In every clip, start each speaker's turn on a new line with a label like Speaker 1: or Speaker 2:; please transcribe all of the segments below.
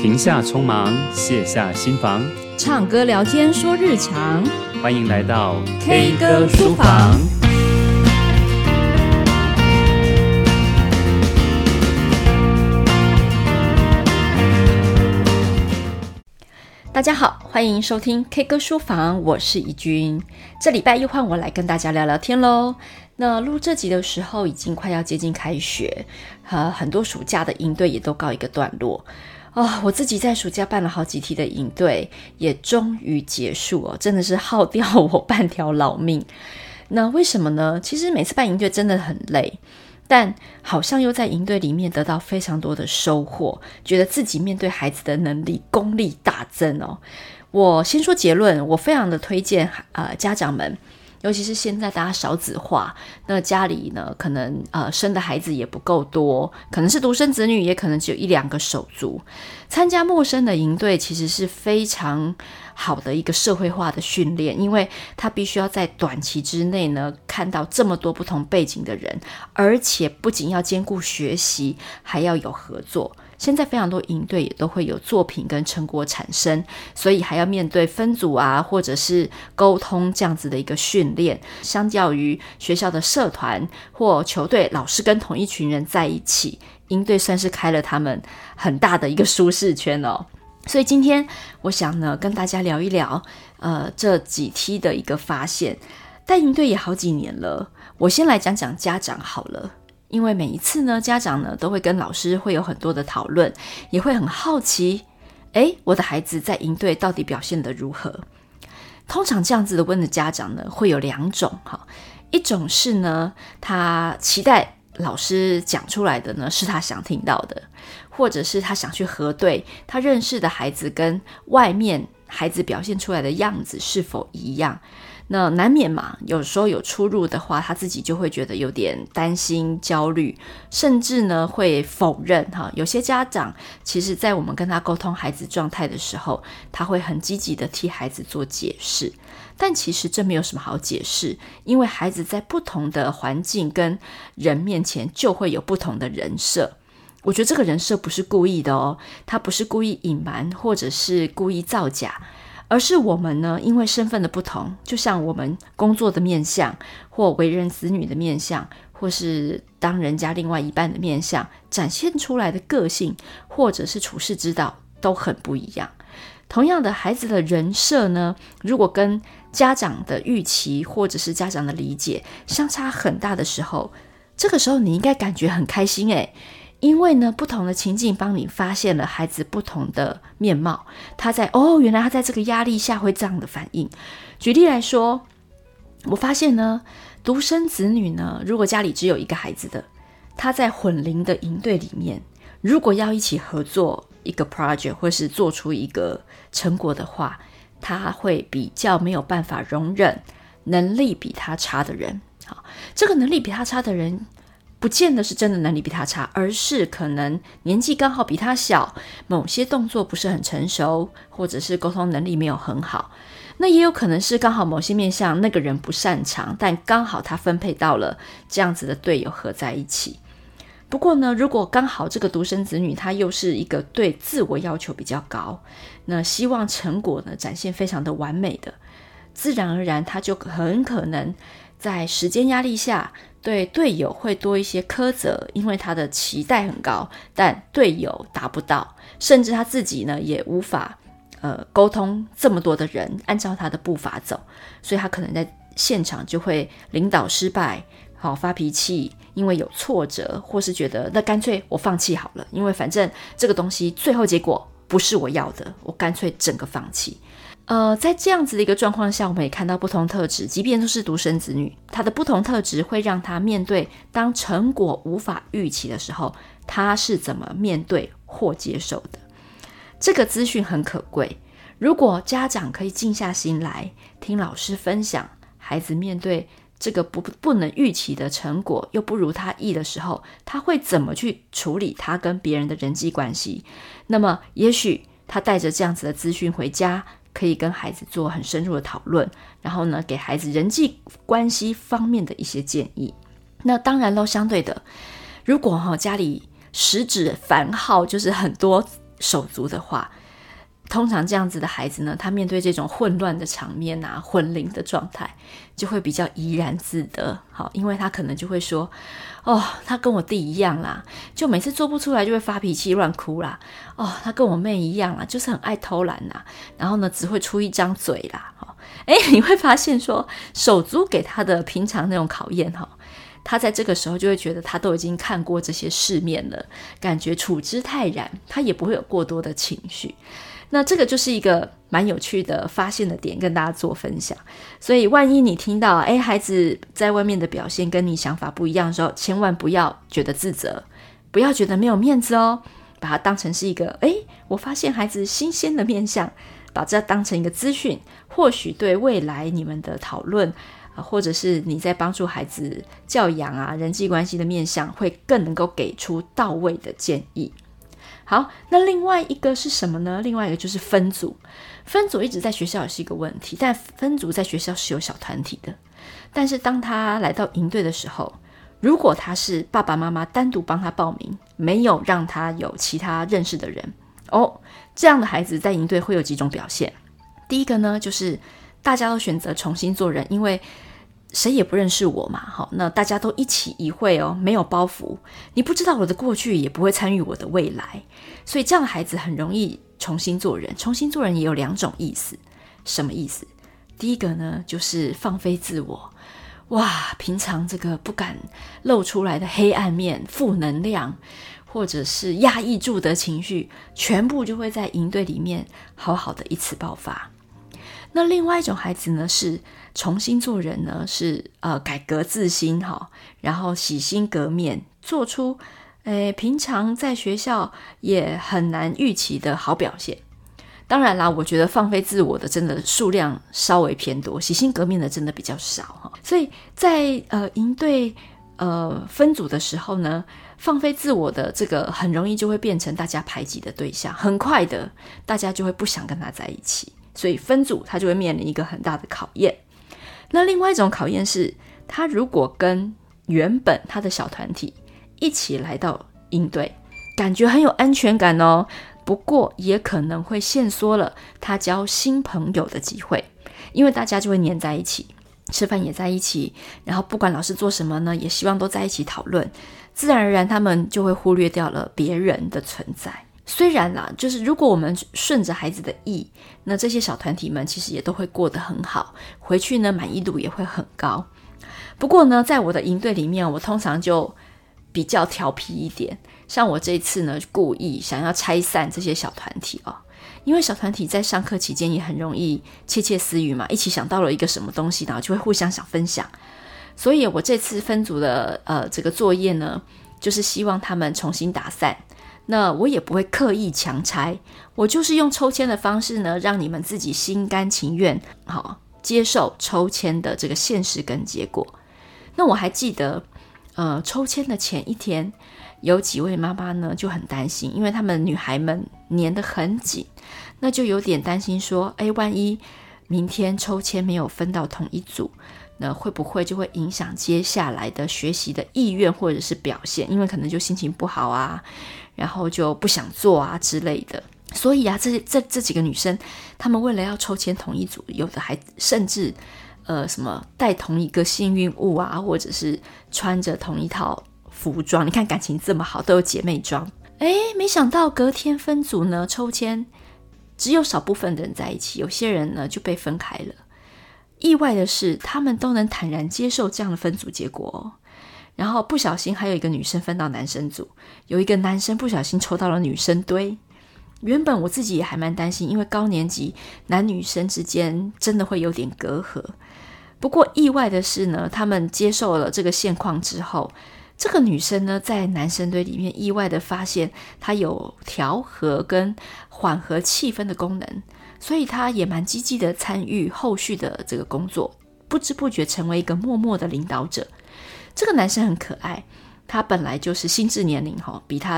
Speaker 1: 停下匆忙，卸下心防，
Speaker 2: 唱歌聊天说日常，
Speaker 1: 欢迎来到
Speaker 2: K 歌书房。大家好，欢迎收听 K 歌书房，我是怡君。这礼拜又换我来跟大家聊聊天咯。那录这集的时候已经快要接近开学，很多暑假的营队也都告一个段落。我自己在暑假办了好几梯的营队，也终于结束哦，真的是耗掉我半条老命。那为什么呢？其实每次办营队真的很累，但好像又在营队里面得到非常多的收获，觉得自己面对孩子的能力功力大增哦。我先说结论，我非常的推荐家长们，尤其是现在大家少子化，那家里呢可能生的孩子也不够多，可能是独生子女，也可能只有1-2个手足。参加陌生的营队其实是非常好的一个社会化的训练，因为他必须要在短期之内呢看到这么多不同背景的人，而且不仅要兼顾学习，还要有合作。现在非常多营队也都会有作品跟成果产生，所以还要面对分组或者是沟通这样子的一个训练。相较于学校的社团或球队，老师跟同一群人在一起，营队算是开了他们很大的一个舒适圈哦。所以今天我想呢跟大家聊一聊这几梯的一个发现。带营队也好几年了，我先来讲讲家长好了。因为每一次呢，家长呢都会跟老师会有很多的讨论，也会很好奇，我的孩子在营队到底表现得如何？通常这样子的问的家长呢，会有2种哈。一种是呢，他期待老师讲出来的呢是他想听到的，或者是他想去核对他认识的孩子跟外面孩子表现出来的样子是否一样。那难免嘛，有时候有出入的话，他自己就会觉得有点担心、焦虑，甚至呢会否认哈。有些家长其实在我们跟他沟通孩子状态的时候，他会很积极的替孩子做解释，但其实这没有什么好解释，因为孩子在不同的环境跟人面前就会有不同的人设。我觉得这个人设不是故意的哦，他不是故意隐瞒或者是故意造假，而是我们呢，因为身份的不同，就像我们工作的面向，或为人子女的面向，或是当人家另外一半的面向，展现出来的个性，或者是处事之道都很不一样。同样的，孩子的人设呢，如果跟家长的预期或者是家长的理解相差很大的时候，这个时候你应该感觉很开心因为呢，不同的情境帮你发现了孩子不同的面貌，原来他在这个压力下会这样的反应。举例来说，我发现呢，独生子女呢，如果家里只有一个孩子的，他在混龄的营队里面，如果要一起合作一个 project 或是做出一个成果的话，他会比较没有办法容忍能力比他差的人。好，这个能力比他差的人不见得是真的能力比他差，而是可能年纪刚好比他小，某些动作不是很成熟，或者是沟通能力没有很好。那也有可能是刚好某些面向那个人不擅长，但刚好他分配到了这样子的队友合在一起。不过呢，如果刚好这个独生子女他又是一个对自我要求比较高，那希望成果呢展现非常的完美的，自然而然他就很可能在时间压力下对队友会多一些苛责，因为他的期待很高，但队友达不到，甚至他自己呢也无法沟通这么多的人按照他的步伐走，所以他可能在现场就会领导失败，发脾气，因为有挫折，或是觉得那干脆我放弃好了，因为反正这个东西最后结果不是我要的，我干脆整个放弃。在这样子的一个状况下，我们也看到不同特质，即便都是独生子女，他的不同特质会让他面对当成果无法预期的时候，他是怎么面对或接受的。这个资讯很可贵，如果家长可以静下心来听老师分享孩子面对这个不能预期的成果又不如他意的时候，他会怎么去处理他跟别人的人际关系，那么也许他带着这样子的资讯回家，可以跟孩子做很深入的讨论，然后呢，给孩子人际关系方面的一些建议。那当然咯，相对的，如果家里食指繁号就是很多手足的话，通常这样子的孩子呢，他面对这种混乱的场面啊，混龄的状态，就会比较怡然自得。好，因为他可能就会说，他跟我弟一样啦，就每次做不出来就会发脾气乱哭啦。他跟我妹一样啦，就是很爱偷懒啦，然后呢只会出一张嘴啦。你会发现说，手足给他的平常那种考验，他在这个时候就会觉得他都已经看过这些世面了，感觉处之泰然，他也不会有过多的情绪。那这个就是一个蛮有趣的发现的点，跟大家做分享。所以万一你听到孩子在外面的表现跟你想法不一样的时候，千万不要觉得自责，不要觉得没有面子哦，把它当成是一个我发现孩子新鲜的面向，把这当成一个资讯，或许对未来你们的讨论或者是你在帮助孩子教养啊人际关系的面向，会更能够给出到位的建议。好，那另外一个是什么呢？另外一个就是分组。分组一直在学校也是一个问题，但分组在学校是有小团体的。但是当他来到营队的时候，如果他是爸爸妈妈单独帮他报名，没有让他有其他认识的人，这样的孩子在营队会有几种表现。第一个呢，就是大家都选择重新做人，因为谁也不认识我嘛，那大家都一起一会没有包袱，你不知道我的过去，也不会参与我的未来，所以这样的孩子很容易重新做人。重新做人也有2种意思。什么意思？第一个呢，就是放飞自我，平常这个不敢露出来的黑暗面、负能量，或者是压抑住的情绪，全部就会在营队里面好好的一次爆发。那另外一种孩子呢，是重新做人呢，是改革自新然后洗心革面，做出平常在学校也很难预期的好表现。当然啦，我觉得放飞自我的真的数量稍微偏多，洗心革面的真的比较少所以在营队分组的时候呢，放飞自我的这个很容易就会变成大家排挤的对象，很快的大家就会不想跟他在一起，所以分组他就会面临一个很大的考验。那另外一种考验是，他如果跟原本他的小团体一起来到营队，感觉很有安全感不过也可能会限缩了他交新朋友的机会，因为大家就会黏在一起，吃饭也在一起，然后不管老师做什么呢，也希望都在一起讨论，自然而然他们就会忽略掉了别人的存在。虽然啦，就是如果我们顺着孩子的意，那这些小团体们其实也都会过得很好，回去呢满意度也会很高。不过呢，在我的营队里面，我通常就比较调皮一点，像我这一次呢，故意想要拆散这些小团体因为小团体在上课期间也很容易窃窃私语嘛，一起想到了一个什么东西，然后就会互相想分享。所以我这次分组的这个作业呢，就是希望他们重新打散。那我也不会刻意强拆，我就是用抽签的方式呢，让你们自己心甘情愿接受抽签的这个现实跟结果。那我还记得抽签的前一天，有几位妈妈呢就很担心，因为她们女孩们黏得很紧，那就有点担心说万一明天抽签没有分到同一组，那会不会就会影响接下来的学习的意愿或者是表现，因为可能就心情不好啊，然后就不想做啊之类的。所以这几个女生，她们为了要抽签同一组，有的还甚至什么带同一个幸运物啊，或者是穿着同一套服装。你看感情这么好，都有姐妹装。没想到隔天分组呢，抽签只有少部分的人在一起，有些人呢就被分开了。意外的是，他们都能坦然接受这样的分组结果然后不小心还有一个女生分到男生组，有一个男生不小心抽到了女生堆。原本我自己也还蛮担心，因为高年级男女生之间真的会有点隔阂。不过意外的是呢，他们接受了这个现况之后，这个女生呢在男生堆里面意外的发现她有调和跟缓和气氛的功能，所以她也蛮积极的参与后续的这个工作，不知不觉成为一个默默的领导者。这个男生很可爱，他本来就是心智年龄比他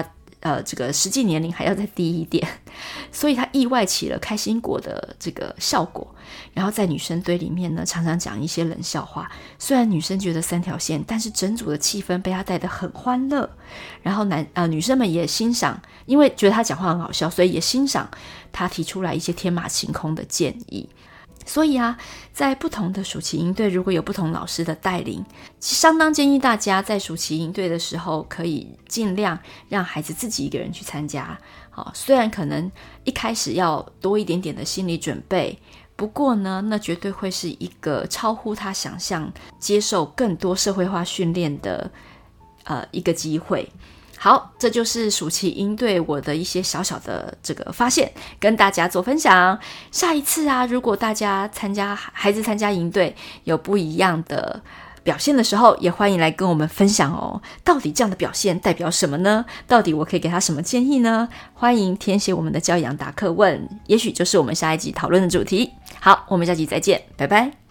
Speaker 2: 这个实际年龄还要再低一点，所以他意外起了开心果的这个效果。然后在女生堆里面呢，常常讲一些冷笑话，虽然女生觉得3条线，但是整组的气氛被他带得很欢乐。然后女生们也欣赏，因为觉得他讲话很好笑，所以也欣赏他提出来一些天马行空的建议。所以在不同的暑期营队，如果有不同老师的带领，相当建议大家在暑期营队的时候可以尽量让孩子自己一个人去参加。虽然可能一开始要多一点点的心理准备，不过呢，那绝对会是一个超乎他想象接受更多社会化训练的一个机会。好，这就是暑期营队我的一些小小的这个发现，跟大家做分享。下一次如果大家孩子参加营队有不一样的表现的时候，也欢迎来跟我们分享哦。到底这样的表现代表什么呢？到底我可以给他什么建议呢？欢迎填写我们的教养答课问，也许就是我们下一集讨论的主题。好，我们下集再见，拜拜。